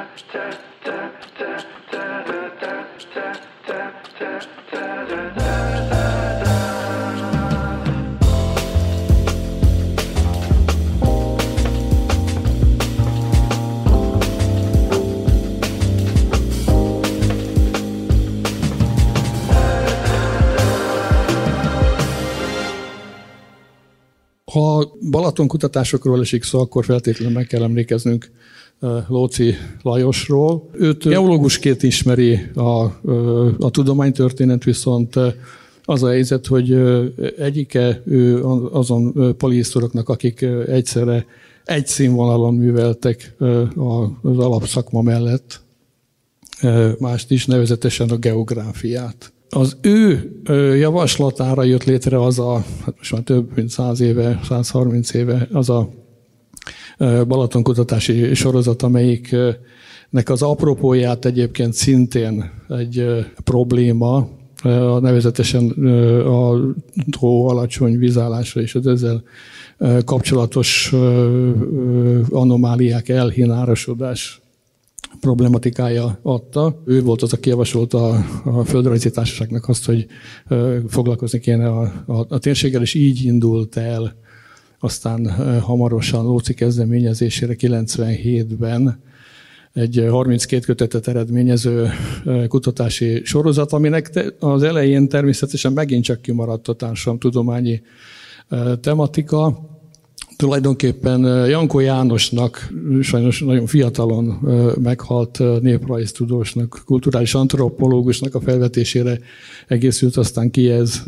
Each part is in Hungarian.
Ha Balaton kutatásokról esik szó, akkor feltétlenül meg kell emlékeznünk Lóczy Lajosról. Őt geológusként ismeri a tudománytörténet, viszont az a helyzet, hogy egyike ő azon polihisztoroknak, akik egyszerre egy színvonalon műveltek az alapszakma mellett mást is, nevezetesen a geográfiát. Az ő javaslatára jött létre az hát most már több mint 100 éve, 130 éve az a Balaton-kutatási sorozat, amelyiknek az apropóját egyébként szintén egy probléma, nevezetesen a tó alacsony vízállásra és az ezzel kapcsolatos anomáliák, elhinárosodás problematikája adta. Ő volt az, aki javasolta a Földrajzi Társaságnak azt, hogy foglalkozni kéne a térséggel, és így indult el aztán hamarosan Lóczy kezdeményezésére 97-ben egy 32 kötetet eredményező kutatási sorozat, aminek az elején természetesen megint csak kimaradt a társadalomtudományi tematika. Tulajdonképpen Jankó Jánosnak, sajnos nagyon fiatalon meghalt néprajztudósnak, kulturális antropológusnak a felvetésére egészült aztán ki ez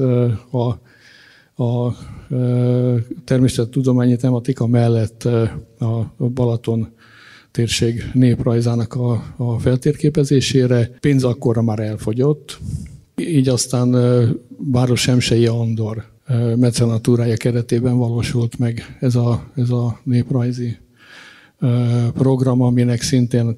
a természettudományi tematika mellett a Balaton térség néprajzának a feltérképezésére. Pénz akkorra már elfogyott, így aztán Báros Semsey Andor mecenatúrája keretében valósult meg ez a néprajzi program, aminek szintén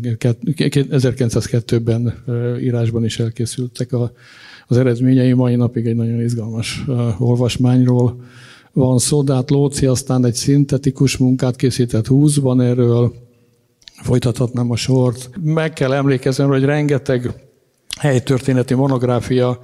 1902-ben írásban is elkészültek az eredményei. Mai napig egy nagyon izgalmas olvasmányról van szó, de hát Lóczy aztán egy szintetikus munkát készített 20-ban erről, folytathatnám a sort. Meg kell emlékeznem, hogy rengeteg helytörténeti monográfia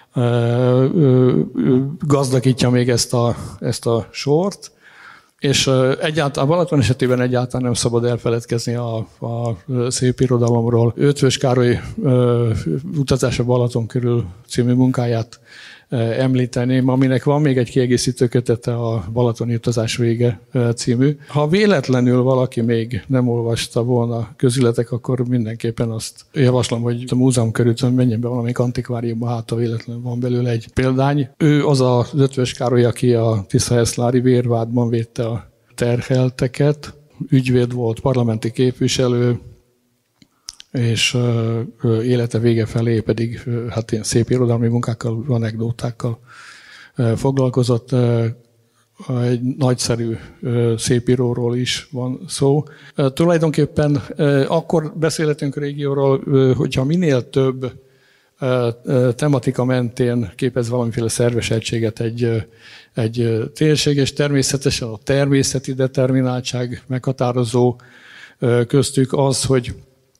gazdagítja még ezt a sort, és egyáltalán Balaton esetében egyáltalán nem szabad elfeledkezni a szép irodalomról. Ötvös Károly Utazás a Balaton körül című munkáját említeném, aminek van még egy kiegészítő kötete, a Balatoni utazás vége című. Ha véletlenül valaki még nem olvasta volna közületek, akkor mindenképpen azt javaslom, hogy a múzeum körül menjen be valamelyik antikváriumba, hát ha véletlenül van belőle egy példány. Ő az az Ötvös Károly, aki a Tisza-Eszlári vérvádban védte a terhelteket, ügyvéd volt, parlamenti képviselő, és élete vége felé pedig hát ilyen szép irodalmi munkákkal, anekdótákkal foglalkozott. Egy nagyszerű szépíróról is van szó. Tulajdonképpen akkor beszélhetünk régióról, hogyha minél több tematika mentén képez valamiféle szerves egységet egy térség, és természetesen a természeti determináltság meghatározó köztük az, hogy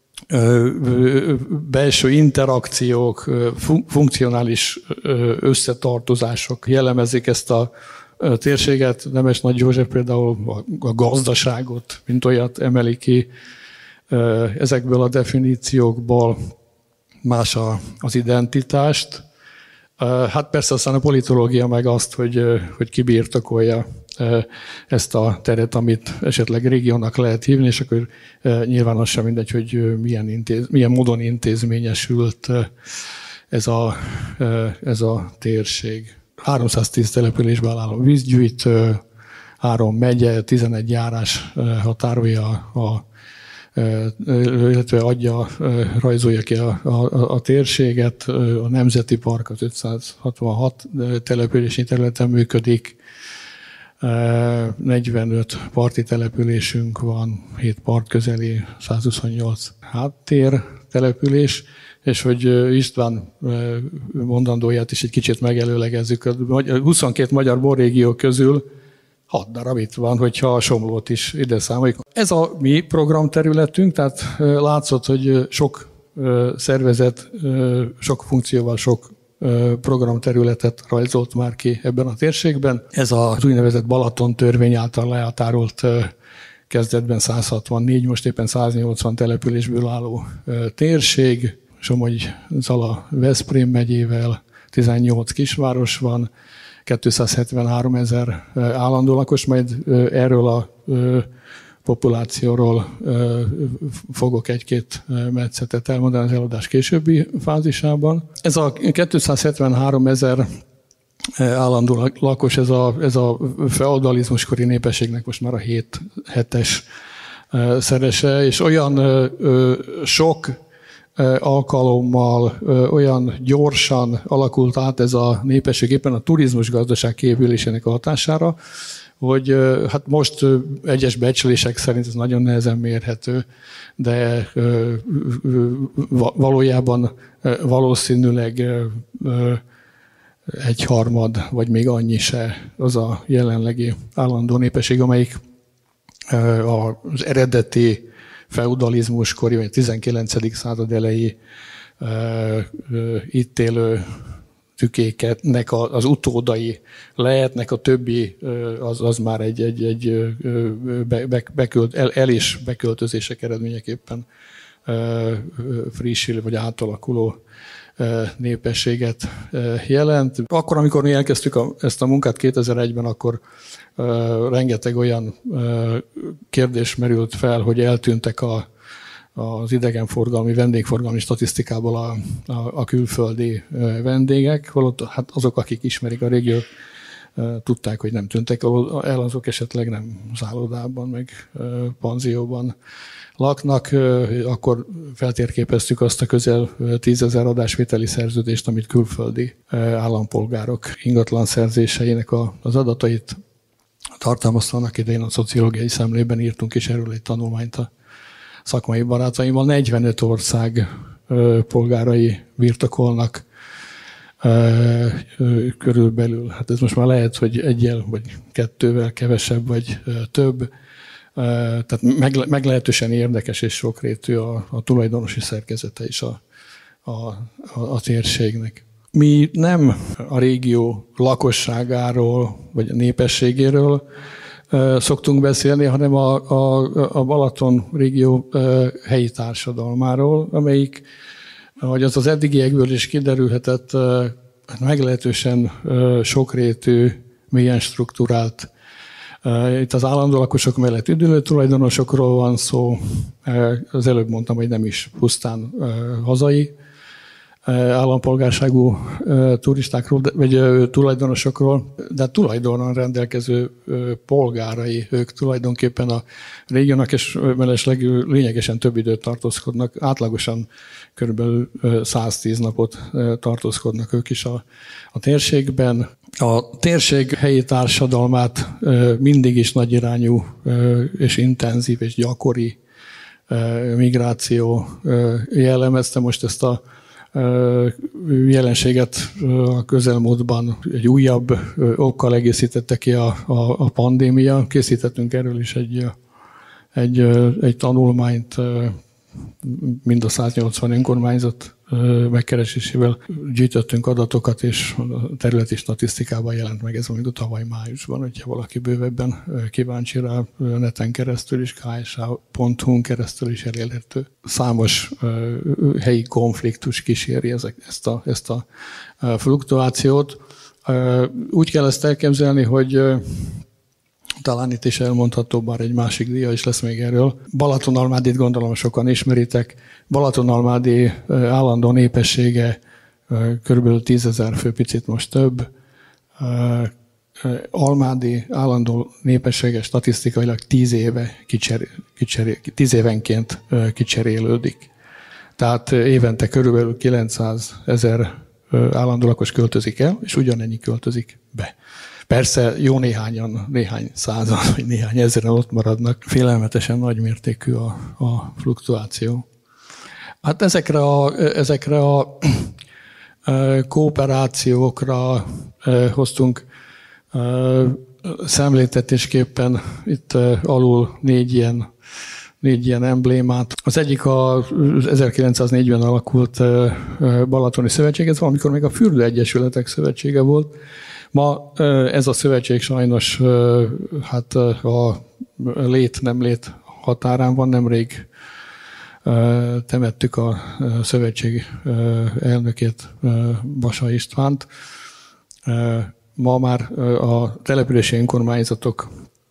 belső interakciók, funkcionális összetartozások jellemezik ezt a térséget. Nemes Nagy József például a gazdaságot, mint olyat emeli ki ezekből a definíciókból, más az identitást. Hát persze aztán a politológia meg azt, hogy kibirtokolja ezt a teret, amit esetleg régiónak lehet hívni, és akkor nyilván az sem mindegy, hogy milyen módon intézményesült ez a térség. 310 településből álló vízgyűjtő, 3 megye, 11 járás határolja, illetve rajzolja ki a térséget. A Nemzeti Park az 566 települési területen működik, 45 parti településünk van, 7 part közeli, 128 háttér település, és hogy István mondandóját is egy kicsit megelőlegezzük. 22 magyar borrégió közül 6 darab itt van, hogyha a Somlót is ide számoljuk. Ez a mi programterületünk, tehát látszott, hogy sok szervezet, sok funkcióval, sok programterületet rajzolt már ki ebben a térségben. Ez az úgynevezett Balaton törvény által lehatárolt kezdetben 164, most éppen 180 településből álló térség, Somogy-Zala-Veszprém megyével, 18 kisváros van, 273 000 állandó lakos, majd erről a populációról fogok egy-két metszetet elmondani az előadás későbbi fázisában. Ez a 273 000 állandó lakos, ez a feudalizmuskori népességnek most már a 7-es szerese, és olyan sok alkalommal, olyan gyorsan alakult át ez a népesség éppen a turizmus gazdaság kiépülésének a hatására, hogy hát most egyes becslések szerint ez nagyon nehezen mérhető, de valójában valószínűleg 1/3 vagy még annyi se az a jelenlegi állandó népesség, amelyik az eredeti feudalizmuskori, vagy 19. század elejé itt élő tükéknek az utódai lehetnek, a többi az már egy beköltözések eredményeképpen frissülő vagy átalakuló népességet jelent. Akkor, amikor mi elkezdtük ezt a munkát 2001-ben, akkor rengeteg olyan kérdés merült fel, hogy eltűntek az idegenforgalmi, vendégforgalmi statisztikából a külföldi vendégek, holott hát azok, akik ismerik a régiót, tudták, hogy nem tűntek el, azok esetleg nem szállodában, meg panzióban laknak. Akkor feltérképeztük azt a közel 10 000 adásvételi szerződést, amit külföldi állampolgárok ingatlan szerzéseinek az adatait tartalmazta. Annak idején a szociológiai szemlében írtunk is erről egy tanulmányt a szakmai barátaimmal. 45 ország polgárai birtokolnak körülbelül. Hát ez most már lehet, hogy 1-jel vagy 2-vel kevesebb vagy több. Tehát meglehetősen érdekes és sokrétű a tulajdonosi szerkezete is a térségnek. Mi nem a régió lakosságáról vagy a népességéről szoktunk beszélni, hanem a Balaton régió helyi társadalmáról, amelyik, ahogy az eddigiekből is kiderülhetett, meglehetősen sokrétű, mélyen strukturált. Itt az állandó lakosok mellett üdülő tulajdonosokról van szó. Az előbb mondtam, hogy nem is pusztán hazai állampolgárságú turistákról, vagy tulajdonosokról, de tulajdonban rendelkező polgárai, ők tulajdonképpen a régiónak, és mellesleg lényegesen több időt tartózkodnak, átlagosan körülbelül 110 napot tartózkodnak ők is a térségben. A térség helyi társadalmát mindig is nagyirányú és intenzív és gyakori migráció jellemezte. Most ezt a jelenséget a közelmúltban egy újabb okkal egészítette ki a pandémia. Készítettünk erről is egy tanulmányt, mind a 180 önkormányzat megkeresésével gyűjtöttünk adatokat, és a területi statisztikában jelent meg ez, amit tavaly májusban, hogyha valaki bővebben kíváncsi rá, neten keresztül is, ksa.hu-n keresztül is elérhető. Számos helyi konfliktus kíséri ezt a fluktuációt. Úgy kell ezt elképzelni, hogy talán itt is elmondható, bár egy másik díja is lesz még erről. Balatonalmádit gondolom sokan ismeritek. Balatonalmádi állandó népessége kb. 10 000 fő, picit most több. Almádi állandó népessége statisztikailag 10 évenként kicserélődik. Tehát évente körülbelül 900 000 állandó lakos költözik el, és ugyanennyi költözik be. Persze jó néhány százan, vagy néhány ezeren ott maradnak. Félelmetesen nagymértékű a fluktuáció. Hát ezekre a kooperációkra hoztunk szemléltetésképpen itt alul négy ilyen emblémát. Az egyik az 1904-ben alakult Balatoni Szövetség, ez valamikor még a Fürdőegyesületek Szövetsége volt. Ma ez a szövetség sajnos hát a lét-nem lét határán van, nemrég temettük a szövetség elnökét, Basa Istvánt. Ma már a települési önkormányzatok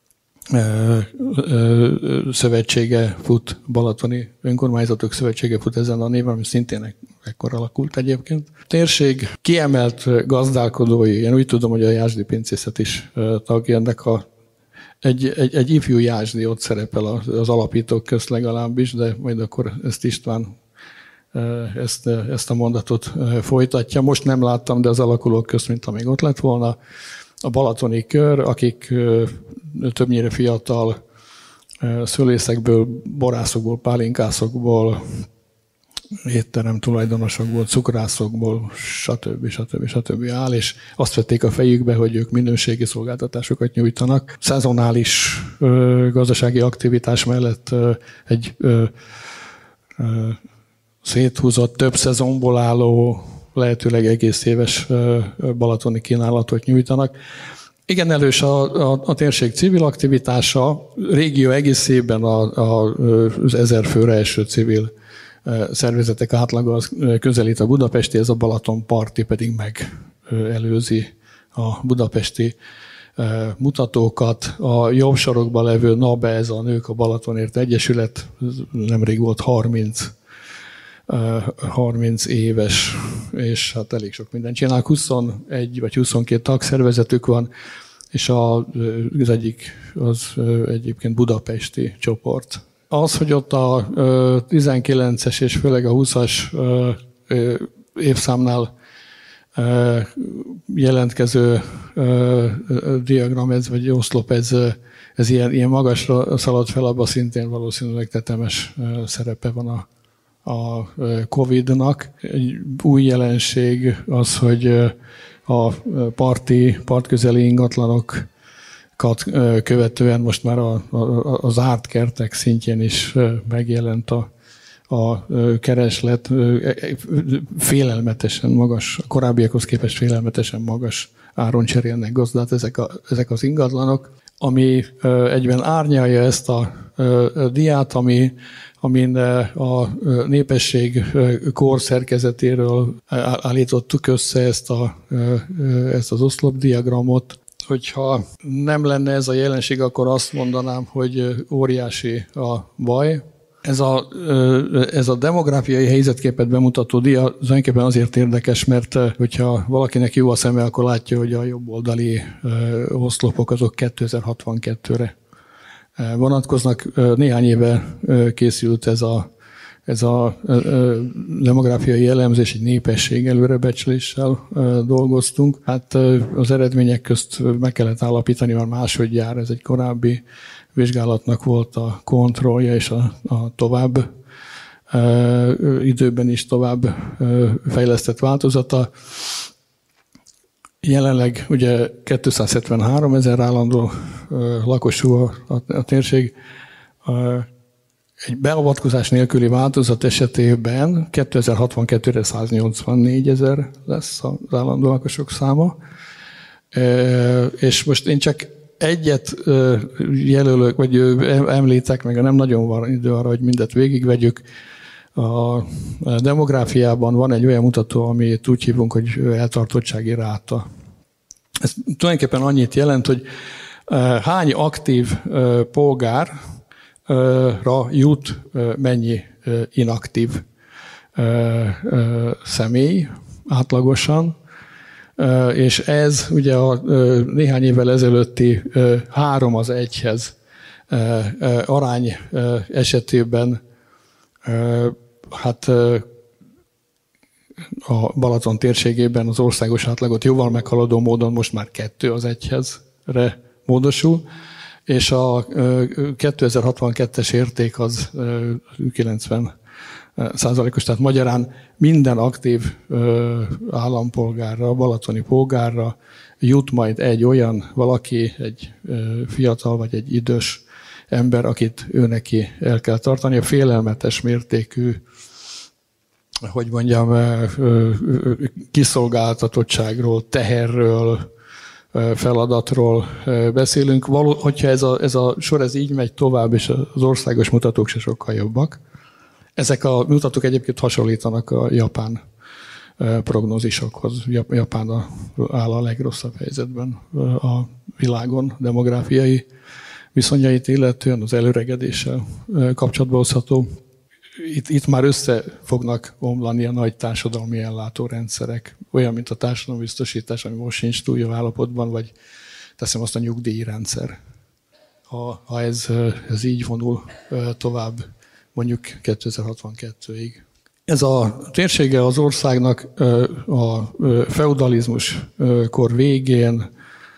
szövetsége fut, Balatoni Önkormányzatok Szövetsége fut ezen a néven, ami szintén ekkor alakult egyébként. A térség kiemelt gazdálkodói, én úgy tudom, hogy a Jászdi Pincészet is tagja ennek egy ifjú Jászdi ott szerepel az alapítók közt legalábbis, de majd akkor ezt István ezt a mondatot folytatja. Most nem láttam, de az alakulók közt, mint amíg ott lett volna. A balatoni kör, akik többnyire fiatal szülészekből, borászokból, pálinkászokból, étterem tulajdonosokból, cukrászokból, stb. Áll, és azt vették a fejükbe, hogy ők minőségi szolgáltatásokat nyújtanak. Szezonális gazdasági aktivitás mellett egy széthúzott, több szezonból álló, lehetőleg egész éves balatoni kínálatot nyújtanak. Igen, erős a térség civil aktivitása. A régió egészében az 1000 főre eső civil szervezetek átlaga az közelít a budapesti, ez a Balatonparti pedig megelőzi a budapesti mutatókat. A jobb sarokban levő NABE, ez a Nők a Balatonért Egyesület, nemrég volt 30 éves, és hát elég sok mindent csinál. 21 vagy 22 tagszervezetük van, és az egyik az egyébként budapesti csoport. Az, hogy ott a 19-es és főleg a 20-as évszámnál jelentkező diagram, vagy oszlop, ez ilyen magasra szaladt fel, abban szintén valószínűleg tetemes szerepe van a Covid-nak. Egy új jelenség az, hogy a partközeli ingatlanokat követően most már a zárt kertek szintjén is megjelent a kereslet. Félelmetesen magas, a korábbiakhoz képest félelmetesen magas áron cserélnek gazdát ezek az ingatlanok, ami egyben árnyalja ezt a diát, amin a népesség korszerkezetéről állítottuk össze ezt az oszlopdiagramot. Hogyha nem lenne ez a jelenség, akkor azt mondanám, hogy óriási a baj. Ez a demográfiai helyzetképet bemutató dia tulajdonképpen azért érdekes, mert hogyha valakinek jó a szeme, akkor látja, hogy a jobb oldali oszlopok azok 2062-re vonatkoznak. Néhány éve készült ez a demográfiai elemzés, egy népesség előrebecsléssel dolgoztunk. Hát az eredmények közt meg kellett állapítani, már másodjára ez egy korábbi vizsgálatnak volt a kontrollja, és a tovább időben is tovább fejlesztett változata. Jelenleg ugye 273 000 állandó lakosú a térség. Egy beavatkozás nélküli változat esetében 2062-re 184 000 lesz az állandó lakosok száma. És most én csak egyet jelölök, vagy említek, meg nem nagyon van idő arra, hogy mindet végigvegyük. A demográfiában van egy olyan mutató, amit úgy hívunk, hogy eltartottsági ráta. Ez tulajdonképpen annyit jelent, hogy hány aktív polgárra jut mennyi inaktív személy átlagosan, és ez ugye a néhány évvel ezelőtti 3:1 arány esetében hát a Balaton térségében az országos átlagot jóval meghaladó módon most már 2:1-re módosul, és a 2062-es érték az 90 százalékos, tehát magyarán minden aktív állampolgárra, balatoni polgárra jut majd egy olyan valaki, egy fiatal vagy egy idős ember, akit ő neki el kell tartani. A félelmetes mértékű, hogy mondjam, kiszolgáltatottságról, teherről, feladatról beszélünk. Hogyha ez a sor ez így megy tovább, és az országos mutatók se sokkal jobbak. Ezek a mutatók egyébként hasonlítanak a japán prognózisokhoz. Japán áll a legrosszabb helyzetben a világon demográfiai viszonyait illetően, az előregedéssel kapcsolatba hozható. Itt már össze fognak omlani a nagy társadalmi ellátórendszerek, olyan, mint a társadalombiztosítás, ami most sincs túl jó állapotban, vagy teszem azt a nyugdíjrendszer. Ha ez így vonul tovább, mondjuk 2062-ig. Ez a térsége az országnak a feudalizmus kor végén,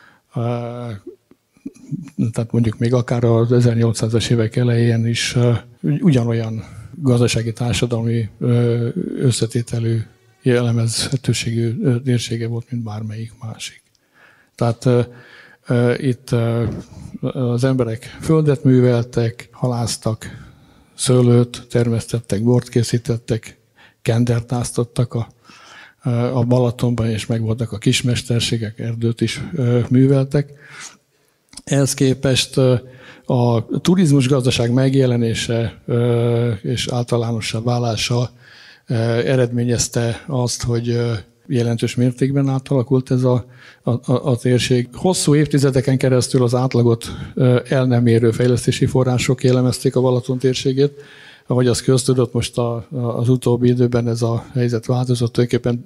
tehát mondjuk még akár az 1800-as évek elején is ugyanolyan gazdasági társadalmi összetételű jellemezhetőségű térsége volt, mint bármelyik másik. Tehát itt az emberek földet műveltek, haláztak, szőlőt termesztettek, bort készítettek, kendert áztattak a Balatonban, és megvoltak a kismesterségek, erdőt is műveltek. Ehhez képest a turizmus gazdaság megjelenése és általánossá válása eredményezte azt, hogy jelentős mértékben átalakult ez a térség. Hosszú évtizedeken keresztül az átlagot el nem érő fejlesztési források jellemezték a Balaton térségét. Ahogy az köztudott, most az utóbbi időben ez a helyzet változott, tulajdonképpen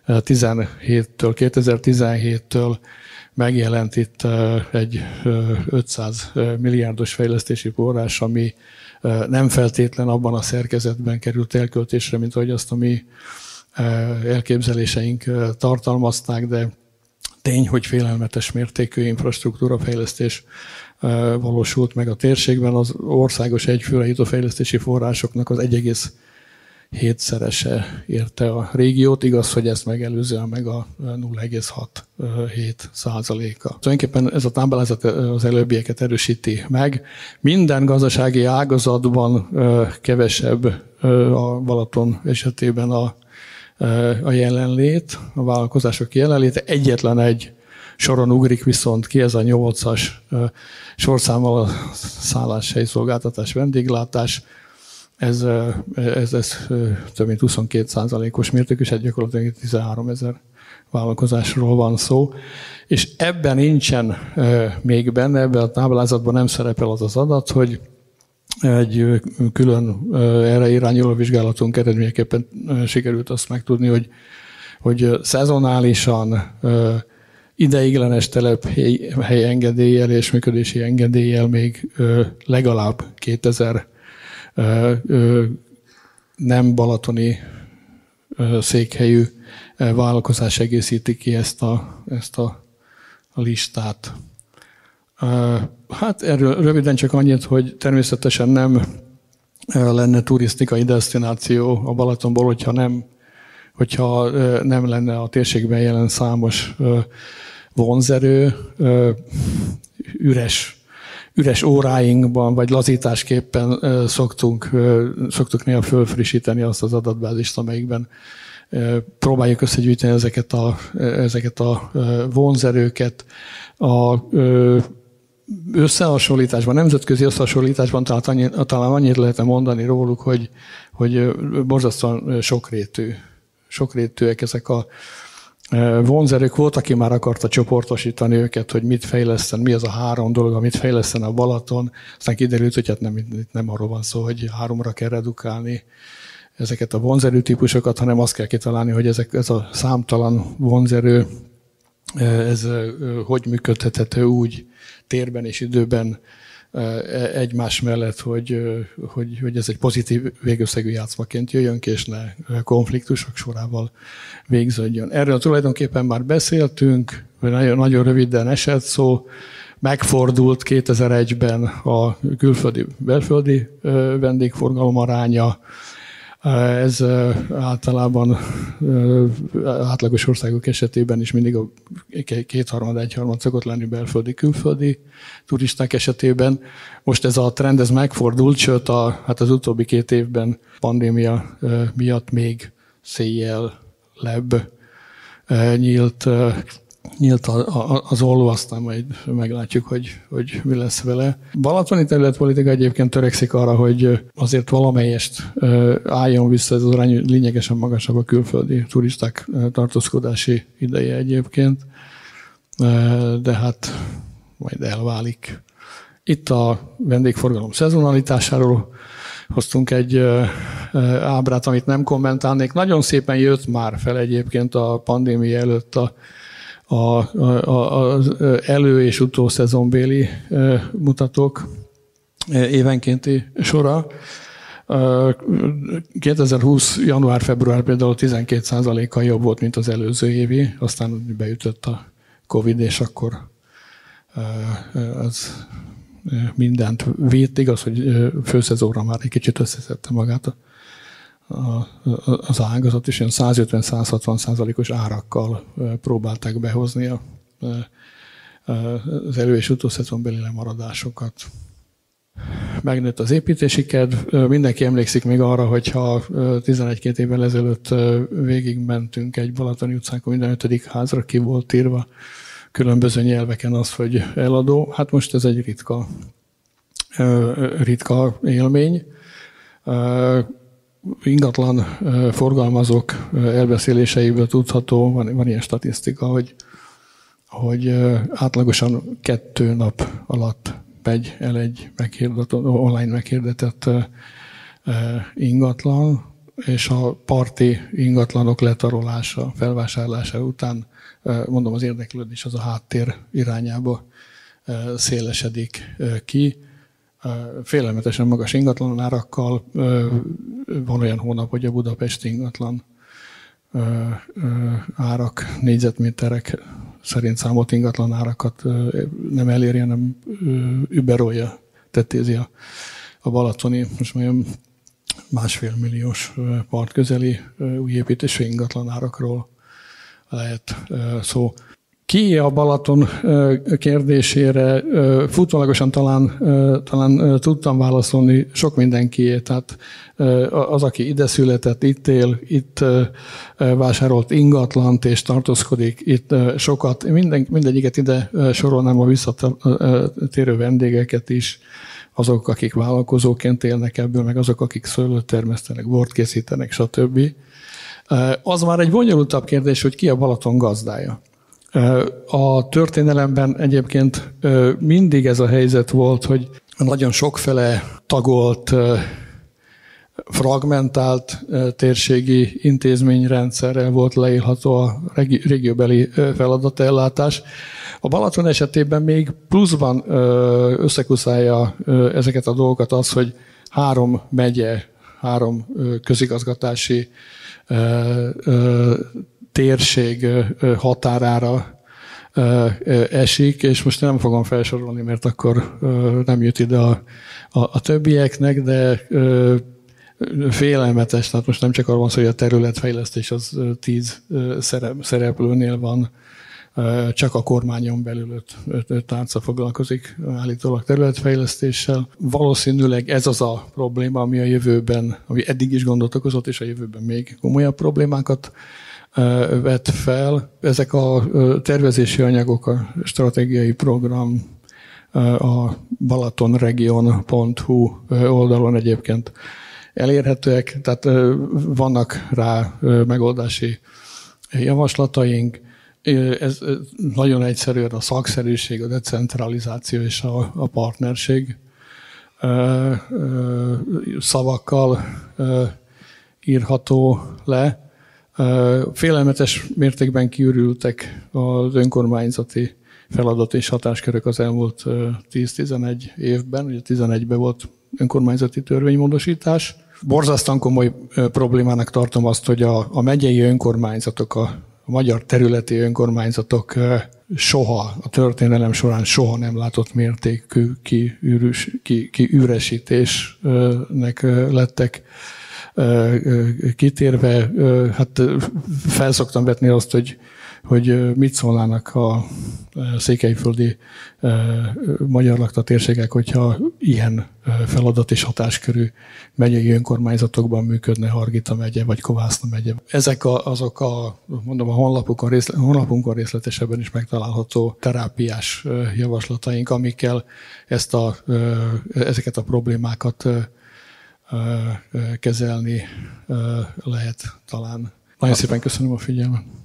2017-től megjelent itt egy 500 milliárdos fejlesztési forrás, ami nem feltétlen abban a szerkezetben került elköltésre, mint ahogy azt a mi elképzeléseink tartalmazták, de tény, hogy félelmetes mértékű infrastruktúrafejlesztés valósult meg a térségben. Az országos egyfőre jutó fejlesztési forrásoknak az 1,7-szerese érte a régiót. Igaz, hogy ezt megelőzően meg a 0,67%-a. Tulajdonképpen ez a táblázat az előbbieket erősíti meg. Minden gazdasági ágazatban kevesebb a Balaton esetében a jelenlét, a vállalkozások jelenléte. Egyetlen egy soron ugrik viszont ki, ez a 8-as sorszámmal szálláshely szolgáltatás, vendéglátás. Ez több mint 22%-os mértékű, és gyakorlatilag 13 000 vállalkozásról van szó. És ebben nincsen még benne, ebben a táblázatban nem szerepel az az adat, hogy egy külön erre irányuló vizsgálatunk eredményeképpen sikerült azt megtudni, hogy szezonálisan ideiglenes telephely engedéllyel és működési engedéllyel még legalább 2000 nem balatoni székhelyű vállalkozás egészíti ki ezt a listát. Hát erről röviden csak annyit, hogy természetesen nem lenne turisztikai desztináció a Balatonból, hogyha nem lenne a térségben jelen számos vonzerő, üres óráinkban, vagy lazításképpen szoktuk néha fölfrissíteni azt az adatbázist, amelyikben próbáljuk összegyűjteni ezeket a vonzerőket. Összehasonlításban, nemzetközi összehasonlításban talán annyit lehetne mondani róluk, hogy borzasztóan sokrétűek ezek a vonzerők. Volt, aki már akarta csoportosítani őket, hogy mit fejleszten, mi az a 3 dolog, amit fejleszten a Balaton. Aztán kiderült, hogy hát nem arról van szó, hogy 3-ra kell redukálni ezeket a vonzerő típusokat, hanem azt kell kitalálni, hogy ez a számtalan vonzerő, ez hogy működhethető úgy térben és időben egymás mellett, hogy ez egy pozitív végösszegű játszmaként jöjjön ki, és ne konfliktusok sorával végződjön. Erről tulajdonképpen már beszéltünk, nagyon röviden esett szó, megfordult 2001-ben a külföldi-belföldi vendégforgalom aránya, Ez általában átlagos országok esetében is mindig a egyharmad szokott lenni belföldi, külföldi turisták esetében. Most ez a trend ez megfordult, sőt az utóbbi 2 évben pandémia miatt még széjjellebb nyílt az olló, aztán majd meglátjuk, hogy mi lesz vele. Balatoni területpolitika egyébként törekszik arra, hogy azért valamelyest álljon vissza, ez az arány lényegesen magasabb a külföldi turisták tartózkodási ideje egyébként, de hát majd elválik. Itt a vendégforgalom szezonalitásáról hoztunk egy ábrát, amit nem kommentálnék. Nagyon szépen jött már fel egyébként a pandémia előtt az elő- és utószezonbéli mutatók évenkénti sora. 2020. január-február például 12%-kal jobb volt, mint az előző évi, aztán beütött a Covid, és akkor az mindent vitt. Igaz, hogy főszezonra már egy kicsit összeszedte magát az ágazat, és ilyen 150-160%-os árakkal próbálták behozni az elő- és utószezonbeli lemaradásokat. Megnőtt az építési kedv. Mindenki emlékszik még arra, hogyha 11-2 évvel ezelőtt végigmentünk egy Balatoni utcánkon, minden 5. házra ki volt írva különböző nyelveken az, hogy eladó. Hát most ez egy ritka élmény. Ingatlan forgalmazók elbeszéléseiből tudható, van ilyen statisztika, hogy átlagosan 2 nap alatt megy el egy online meghirdetett ingatlan, és a parti ingatlanok letarolása, felvásárlása után, mondom, az érdeklődés az a háttér irányába szélesedik ki. Félelmetesen magas ingatlan árakkal. Van olyan hónap, hogy a budapesti ingatlan árak, négyzetméterek szerint számolt ingatlan árakat nem eléri, hanem überolja, tettézi a balatoni, most már 1,5 milliós partközeli új építésű ingatlan árakról lehet szó. Ki a Balaton kérdésére futólagosan talán tudtam válaszolni sok mindenkié. Tehát az, aki ide született, itt él, itt vásárolt ingatlant és tartózkodik itt sokat. Mindegyiket ide sorolnám, a visszatérő vendégeket is, azok, akik vállalkozóként élnek ebből, meg azok, akik szőlőt termesztenek, bort készítenek, stb. Az már egy bonyolultabb kérdés, hogy ki a Balaton gazdája. A történelemben egyébként mindig ez a helyzet volt, hogy nagyon sokfele tagolt, fragmentált térségi intézményrendszerrel volt leírható a régióbeli feladatellátás. A Balaton esetében még pluszban összekuszálja ezeket a dolgokat az, hogy 3 megye, 3 közigazgatási térség határára esik, és most nem fogom felsorolni, mert akkor nem jut ide a többieknek, de félelmetes, tehát most nem csak arról van szó, hogy a területfejlesztés az 10 szereplőnél van, csak a kormányon belül 5 tárca foglalkozik állítólag területfejlesztéssel. Valószínűleg ez az a probléma, ami a jövőben, ami eddig is gondot okozott, és a jövőben még komolyabb problémákat vet fel. Ezek a tervezési anyagok, a stratégiai program a balatonregion.hu oldalon egyébként elérhetőek, tehát vannak rá megoldási javaslataink. Ez nagyon egyszerűen a szakszerűség, a decentralizáció és a partnerség szavakkal írható le. Félelmetes mértékben kiürültek az önkormányzati feladat és hatáskörök az elmúlt 10-11 évben. Ugye 11-ben volt önkormányzati törvénymódosítás. Borzasztóan komoly problémának tartom azt, hogy a megyei önkormányzatok, a magyar területi önkormányzatok soha, a történelem során soha nem látott mértékű kiüresítésnek lettek kitérve, hát felszoktam vetni azt, hogy mit szólnának a székelyföldi magyar lakta térségek, hogyha ilyen feladat és hatáskörű megyei önkormányzatokban működne Hargita megye vagy Kovászna megye. Ezek azok mondom, a honlapunkon részletesebben is megtalálható terápiás javaslataink, amikkel ezeket a problémákat kezelni lehet talán. Nagyon szépen köszönöm a figyelmet.